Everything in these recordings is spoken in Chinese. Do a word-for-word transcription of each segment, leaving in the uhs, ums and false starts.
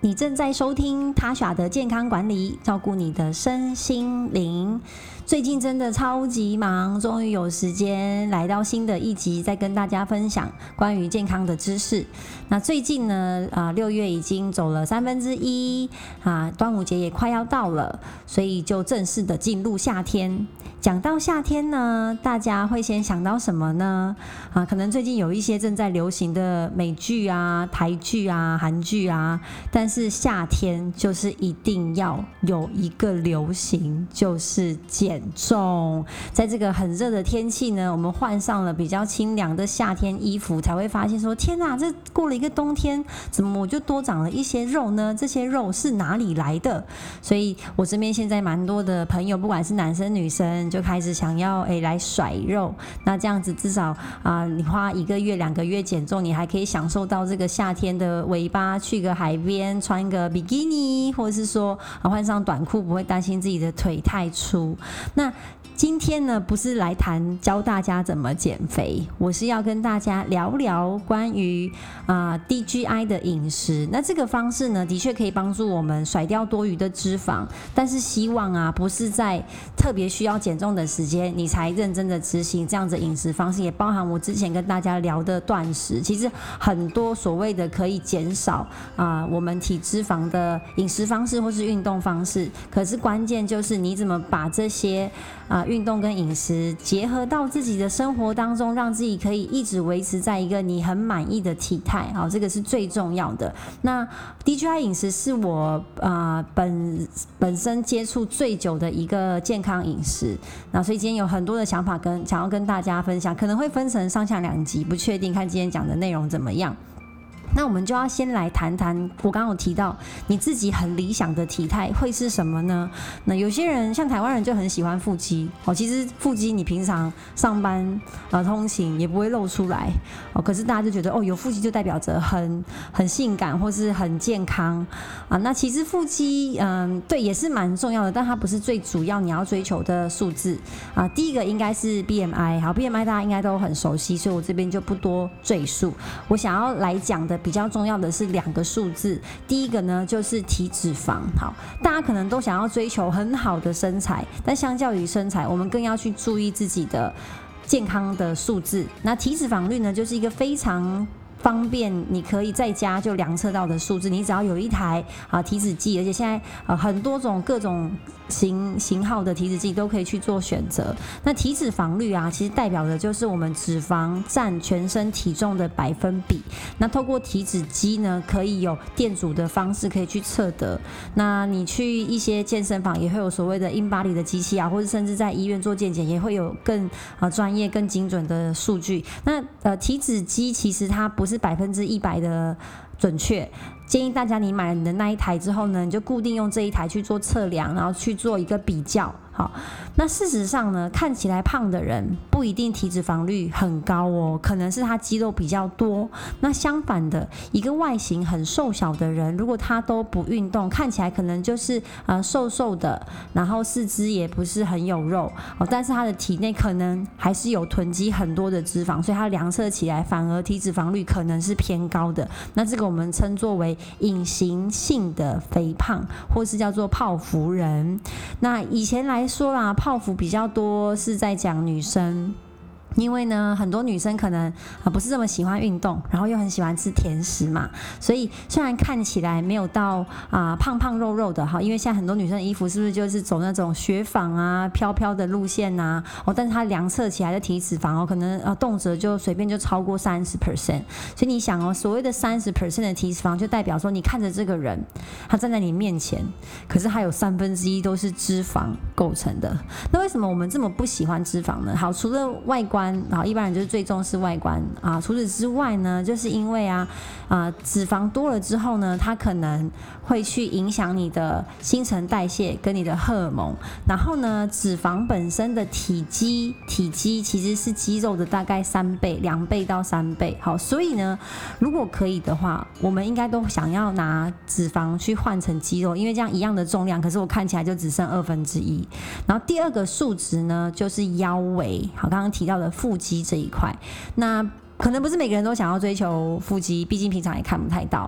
你正在收听Tasha的健康管理，照顾你的身心灵。最近真的超级忙，终于有时间来到新的一集，再跟大家分享关于健康的知识。那最近呢，啊、呃，六月已经走了三分之一，啊，端午节也快要到了，所以就正式的进入夏天。讲到夏天呢，大家会先想到什么呢？啊，可能最近有一些正在流行的美剧啊、台剧啊、韩剧啊，但是夏天就是一定要有一个流行，就是减重。在这个很热的天气呢，我们换上了比较清凉的夏天衣服，才会发现说，天哪，这过了一个冬天，怎么我就多长了一些肉呢？这些肉是哪里来的？所以我身边现在蛮多的朋友，不管是男生女生，就开始想要诶来甩肉。那这样子至少啊、呃，你花一个月两个月减重，你还可以享受到这个夏天的尾巴，去个海边穿个比基尼，或者是说啊换上短裤，不会担心自己的腿太粗。那今天呢，不是来谈教大家怎么减肥，我是要跟大家聊聊关于啊、呃、D G I 的饮食。那这个方式呢，的确可以帮助我们甩掉多余的脂肪，但是希望啊，不是在特别需要减重的时间，你才认真的执行这样子的饮食方式，也包含我之前跟大家聊的断食。其实很多所谓的可以减少啊、呃、我们体脂肪的饮食方式或是运动方式，可是关键就是你怎么把这些啊、呃运动跟饮食结合到自己的生活当中，让自己可以一直维持在一个你很满意的体态，好，这个是最重要的。那 D G I 饮食是我啊、呃、本本身接触最久的一个健康饮食，那所以今天有很多的想法跟想要跟大家分享，可能会分成上下两集，不确定看今天讲的内容怎么样。那我们就要先来谈谈，我刚刚有提到你自己很理想的体态会是什么呢？那有些人像台湾人就很喜欢腹肌哦，其实腹肌你平常上班呃通勤也不会露出来哦，可是大家就觉得哦有腹肌就代表着很很性感或是很健康啊。那其实腹肌嗯对也是蛮重要的，但它不是最主要你要追求的数字啊。第一个应该是 B M I， 好 B M I 大家应该都很熟悉，所以我这边就不多赘述。我想要来讲的比较重要的是两个数字，第一个呢就是体脂肪。好，大家可能都想要追求很好的身材，但相较于身材，我们更要去注意自己的健康的数字。那体脂肪率呢，就是一个非常方便你可以在家就量测到的数字，你只要有一台啊体脂计，而且现在呃很多种各种型型号的体脂计都可以去做选择。那体脂肪率啊，其实代表的就是我们脂肪占全身体重的百分比。那透过体脂机呢，可以有电阻的方式可以去测得。那你去一些健身房也会有所谓的 InBody 的机器啊，或者甚至在医院做健检也会有更啊专业、更精准的数据。那呃体脂机其实它不是是百分之一百的准确，建议大家你买了你的那一台之后呢，你就固定用这一台去做测量，然后去做一个比较。好，那事实上呢，看起来胖的人不一定体脂肪率很高哦，可能是他肌肉比较多。那相反的，一个外形很瘦小的人，如果他都不运动，看起来可能就是呃瘦瘦的，然后四肢也不是很有肉哦，但是他的体内可能还是有囤积很多的脂肪，所以他量测起来反而体脂肪率可能是偏高的。那这个我们称作为隐形性的肥胖，或是叫做泡芙人。那以前来说啦，泡芙比较多是在讲女生。因为呢，很多女生可能啊不是这么喜欢运动，然后又很喜欢吃甜食嘛，所以虽然看起来没有到啊胖胖肉肉的哈，因为现在很多女生的衣服是不是就是走那种雪纺啊、飘飘的路线呐、啊？哦，但是它量测起来的体脂肪哦，可能呃动辄就随便就超过三十 percent， 所以你想哦，所谓的三十 percent 的体脂肪，就代表说你看着这个人，他站在你面前，可是他有三分之一都是脂肪构成的。那为什么我们这么不喜欢脂肪呢？好，除了外观。啊，一般人就是最重视外观啊。除此之外呢，就是因为啊啊脂肪多了之后呢，它可能会去影响你的新陈代谢跟你的荷尔蒙。然后呢，脂肪本身的体积体积其实是肌肉的大概三倍、两倍到三倍。好，所以呢，如果可以的话，我们应该都想要拿脂肪去换成肌肉，因为这样一样的重量，可是我看起来就只剩二分之一。然后第二个数值呢，就是腰围。好，刚刚提到的腹肌这一块，那可能不是每个人都想要追求腹肌，毕竟平常也看不太到。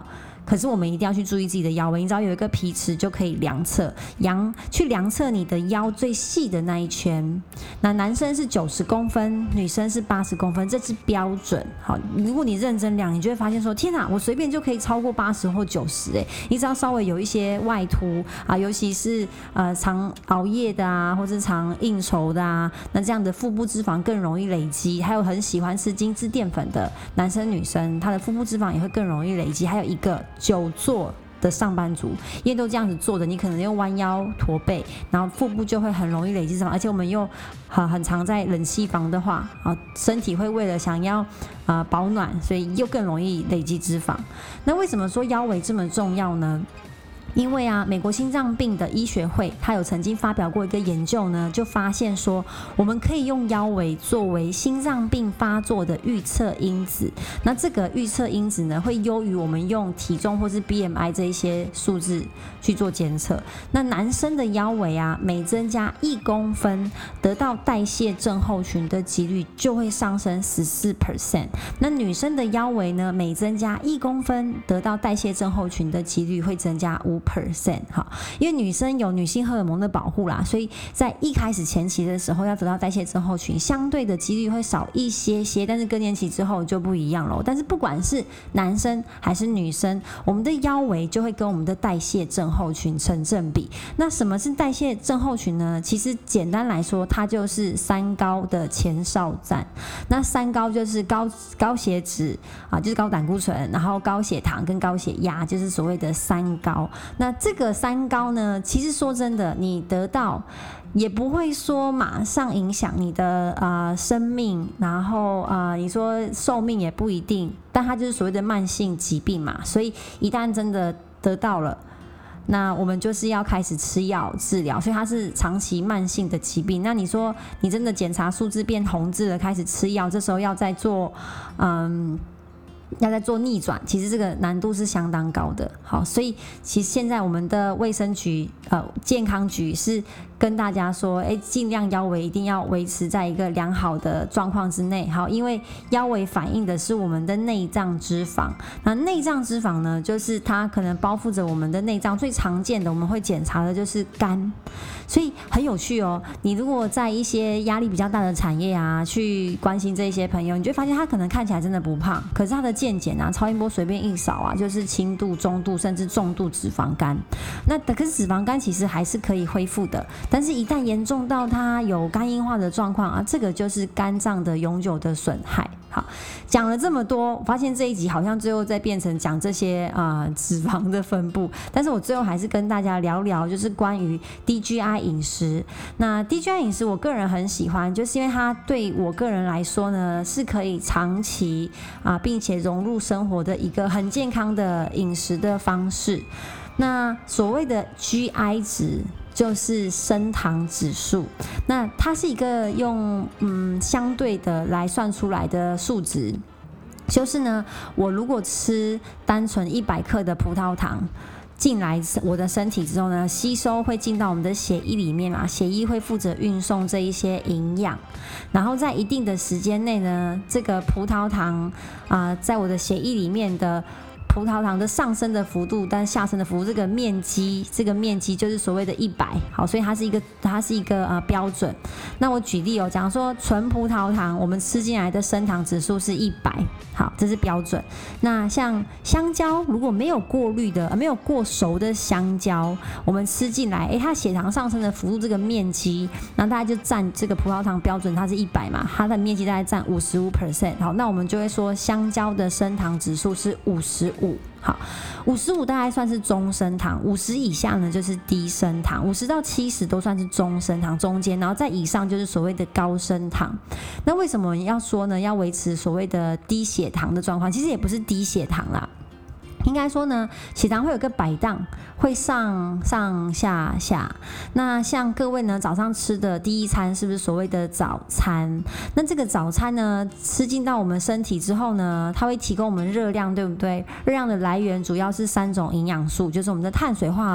可是我们一定要去注意自己的腰围，你只要有一个皮尺就可以量测，量去量测你的腰最细的那一圈。那男生是九十公分，女生是八十公分，这是标准。好，如果你认真量，你就会发现说，天哪，我随便就可以超过八十或九十哎！你只要稍微有一些外凸啊，尤其是呃常熬夜的啊，或是常应酬的啊，那这样的腹部脂肪更容易累积。还有很喜欢吃精致淀粉的男生女生，他的腹部脂肪也会更容易累积。还有一个久坐的上班族，因为都这样子坐的，你可能又弯腰驼背，然后腹部就会很容易累积脂肪，而且我们又很很常在冷气房的话，啊，身体会为了想要呃保暖，所以又更容易累积脂肪。那为什么说腰围这么重要呢？因为啊，美国心脏病的医学会，它有曾经发表过一个研究呢，就发现说，我们可以用腰围作为心脏病发作的预测因子。那这个预测因子呢，会优于我们用体重或是 B M I 这一些数字去做监测。那男生的腰围啊，每增加一公分，得到代谢症候群的几率就会上升 百分之十四。那女生的腰围呢，每增加一公分，得到代谢症候群的几率会增加五。好，因为女生有女性荷尔蒙的保护啦，所以在一开始前期的时候要得到代谢症候群，相对的几率会少一些些，但是更年期之后就不一样了。但是不管是男生还是女生，我们的腰围就会跟我们的代谢症候群成正比。那什么是代谢症候群呢？其实简单来说，它就是三高的前哨站。那三高就是高高血脂啊，就是高胆固醇，然后高血糖跟高血压，就是所谓的三高。那这个三高呢，其实说真的，你得到也不会说马上影响你的呃生命，然后呃你说寿命也不一定，但它就是所谓的慢性疾病嘛，所以一旦真的得到了，那我们就是要开始吃药治疗，所以它是长期慢性的疾病。那你说你真的检查数字变红字了，开始吃药，这时候要再做嗯。要在做逆转，其实这个难度是相当高的。好，所以其实现在我们的卫生局、呃健康局是跟大家说，哎，尽量腰围一定要维持在一个良好的状况之内。好，因为腰围反映的是我们的内脏脂肪。那内脏脂肪呢，就是它可能包覆着我们的内脏，最常见的我们会检查的就是肝。所以很有趣哦，你如果在一些压力比较大的产业啊，去关心这些朋友，你就会发现他可能看起来真的不胖，可是他的健检啊、超音波随便一扫啊，就是轻度、中度甚至重度脂肪肝。那可是脂肪肝其实还是可以恢复的，但是一旦严重到它有肝硬化的状况啊，这个就是肝脏的永久的损害。好，讲了这么多，我发现这一集好像最后再变成讲这些啊、呃、脂肪的分布，但是我最后还是跟大家聊聊，就是关于 D G I 饮食。那 D G I 饮食，我个人很喜欢，就是因为它对我个人来说呢，是可以长期啊、呃，并且融入生活的一个很健康的饮食的方式。那所谓的 G I 值，就是升糖指数，那它是一个用嗯相对的来算出来的数值，就是呢，我如果吃单纯一百克的葡萄糖进来我的身体之后呢，吸收会进到我们的血液里面嘛，血液会负责运送这一些营养，然后在一定的时间内呢，这个葡萄糖啊、呃，在我的血液里面的葡萄糖的上升的幅度，但下升的幅度，这个面积，这个面积就是所谓的一百，好，所以它是一个，它是一个呃标准。那我举例哦，讲说纯葡萄糖，我们吃进来的升糖指数是一百，好，这是标准。那像香蕉，如果没有过滤的、呃、没有过熟的香蕉，我们吃进来，哎，它血糖上升的幅度，这个面积，那大概就占这个葡萄糖标准，它是一百嘛，它的面积大概占 百分之五十五。好，那我们就会说香蕉的升糖指数是五十五。好，五十五大概算是中升糖，五十以下呢就是低升糖，五十到七十都算是中升糖中间，然后在以上就是所谓的高升糖。那为什么要说呢？要维持所谓的低血糖的状况，其实也不是低血糖啦。应该说呢，血糖会有个摆荡，会上上下下。那像各位呢，早上吃的第一餐是不是所谓的早餐？那这个早餐呢，吃进到我们身体之后呢，它会提供我们热量，对不对？热量的来源主要是三种营养素，就是我们的碳水化合物、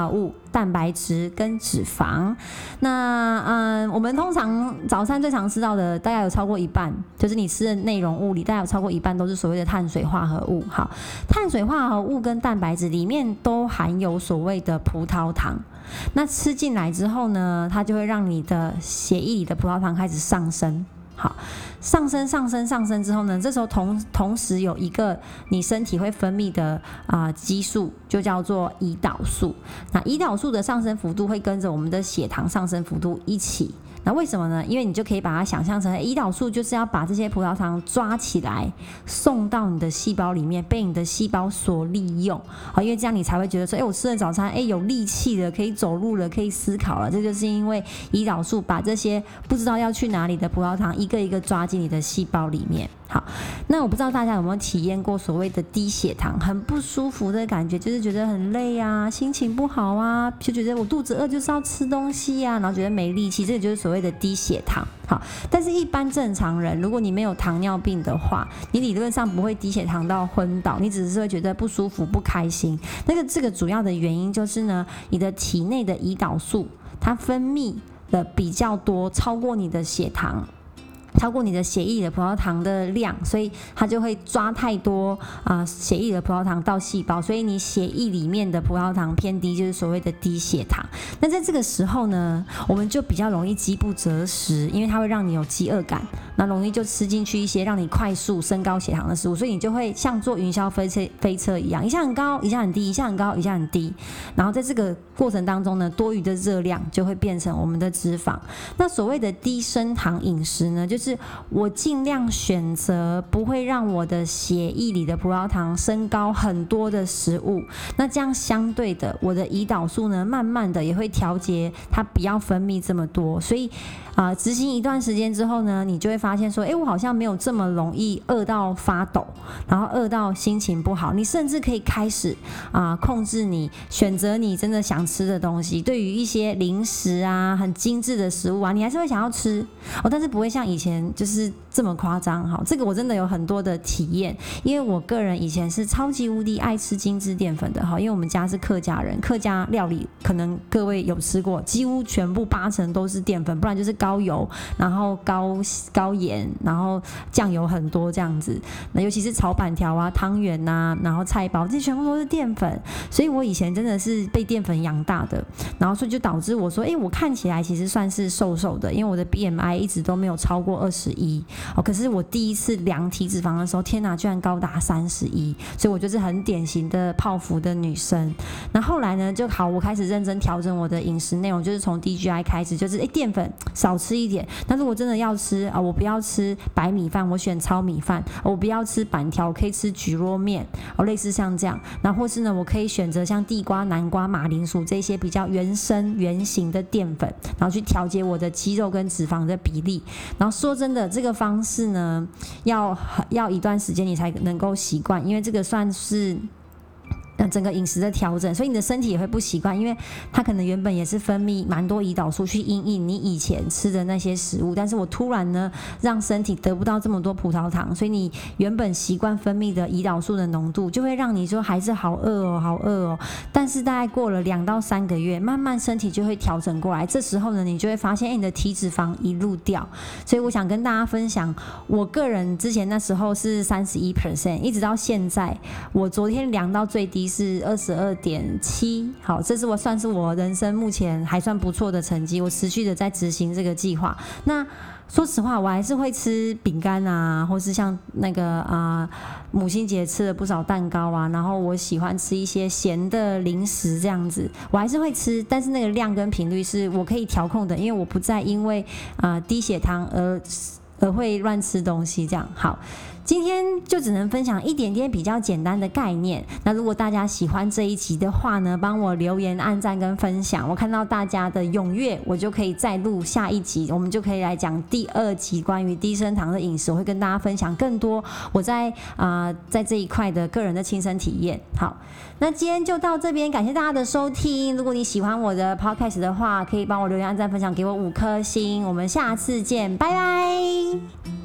蛋白质跟脂肪。那嗯，我们通常早餐最常吃到的，大概有超过一半，就是你吃的内容物里，大概有超过一半都是所谓的碳水化合物。好，碳水化合物跟蛋白质里面都含有所谓的葡萄糖。那吃进来之后呢，它就会让你的血液里的葡萄糖开始上升。好，上升上升上升之后呢，这时候同同时有一个你身体会分泌的啊、呃、激素，就叫做胰岛素。那胰岛素的上升幅度会跟着我们的血糖上升幅度一起。那为什么呢？因为你就可以把它想象成胰岛素就是要把这些葡萄糖抓起来，送到你的细胞里面，被你的细胞所利用。好，因为这样你才会觉得说，哎，我吃了早餐，哎，有力气了，可以走路了，可以思考了。这就是因为胰岛素把这些不知道要去哪里的葡萄糖一个一个抓进你的细胞里面。好，那我不知道大家有没有体验过所谓的低血糖，很不舒服的感觉，就是觉得很累啊，心情不好啊，就觉得我肚子饿就是要吃东西啊，然后觉得没力气，这个就是所谓的低血糖。好，但是一般正常人，如果你没有糖尿病的话，你理论上不会低血糖到昏倒，你只是会觉得不舒服、不开心。那个这个主要的原因就是呢，你的体内的胰岛素它分泌的比较多，超过你的血糖。超过你的血液里的葡萄糖的量，所以它就会抓太多啊、呃、血液里的葡萄糖到细胞，所以你血液里面的葡萄糖偏低，就是所谓的低血糖。那在这个时候呢，我们就比较容易饥不择食，因为它会让你有饥饿感，那容易就吃进去一些让你快速升高血糖的食物，所以你就会像坐云霄飞车飞车一样，一下很高，一下很低，一下很高，一下很低。然后在这个过程当中呢，多余的热量就会变成我们的脂肪。那所谓的低升糖饮食呢，就是我尽量选择不会让我的血液里的葡萄糖升高很多的食物，那这样相对的，我的胰岛素呢，慢慢的也会调节它不要分泌这么多，所以啊、呃，执行一段时间之后呢，你就会发现说，哎，我好像没有这么容易饿到发抖，然后饿到心情不好，你甚至可以开始啊、呃、控制你选择你真的想吃的东西，对于一些零食啊、很精致的食物啊，你还是会想要吃哦，但是不会像以前就是这么夸张。好，这个我真的有很多的体验，因为我个人以前是超级无敌爱吃精致淀粉的。好，因为我们家是客家人，客家料理可能各位有吃过，几乎全部八成都是淀粉，不然就是高油，然后高高盐，然后酱油很多这样子。那尤其是炒板条啊、汤圆啊，然后菜包，这些全部都是淀粉。所以我以前真的是被淀粉养大的，然后所以就导致我说，哎，我看起来其实算是瘦瘦的，因为我的 B M I 一直都没有超过二十一。哦，可是我第一次量体脂肪的时候，天哪，居然高达三十一，所以我就是很典型的泡芙的女生。那后来呢，就好，我开始认真调整我的饮食内容，就是从 D G I 开始，就是哎淀粉少吃一点。但是我真的要吃啊、呃，我不要吃白米饭，我选糙米饭；我不要吃板条，我可以吃蒟蒻面，哦，类似像这样。那或是呢，我可以选择像地瓜、南瓜、马铃薯这些比较原生原形的淀粉，然后去调节我的肌肉跟脂肪的比例。然后说真的，这个方式呢，要要一段时间你才能够习惯，因为这个算是整个饮食的调整，所以你的身体也会不习惯，因为它可能原本也是分泌蛮多胰岛素去因应你以前吃的那些食物，但是我突然呢让身体得不到这么多葡萄糖，所以你原本习惯分泌的胰岛素的浓度就会让你说还是好饿哦，好饿哦。但是大概过了两到三个月，慢慢身体就会调整过来，这时候呢你就会发现，哎，你的体脂肪一路掉。所以我想跟大家分享，我个人之前那时候是 百分之三十一， 一直到现在，我昨天量到最低是 二十二点七， 好，这是我算是我人生目前还算不错的成绩，我持续的在执行这个计划。那说实话，我还是会吃饼干啊，或是像那个啊、呃、母亲节吃了不少蛋糕啊，然后我喜欢吃一些咸的零食这样子，我还是会吃，但是那个量跟频率是我可以调控的，因为我不再因为啊、呃、低血糖而而会乱吃东西这样。好，今天就只能分享一点点比较简单的概念。那如果大家喜欢这一集的话呢，帮我留言、按赞跟分享。我看到大家的踊跃，我就可以再录下一集，我们就可以来讲第二集关于低升糖的饮食。我会跟大家分享更多我在啊、呃、在这一块的个人的亲身体验。好，那今天就到这边，感谢大家的收听。如果你喜欢我的 podcast 的话，可以帮我留言、按赞、分享，给我五颗星。我们下次见，拜拜。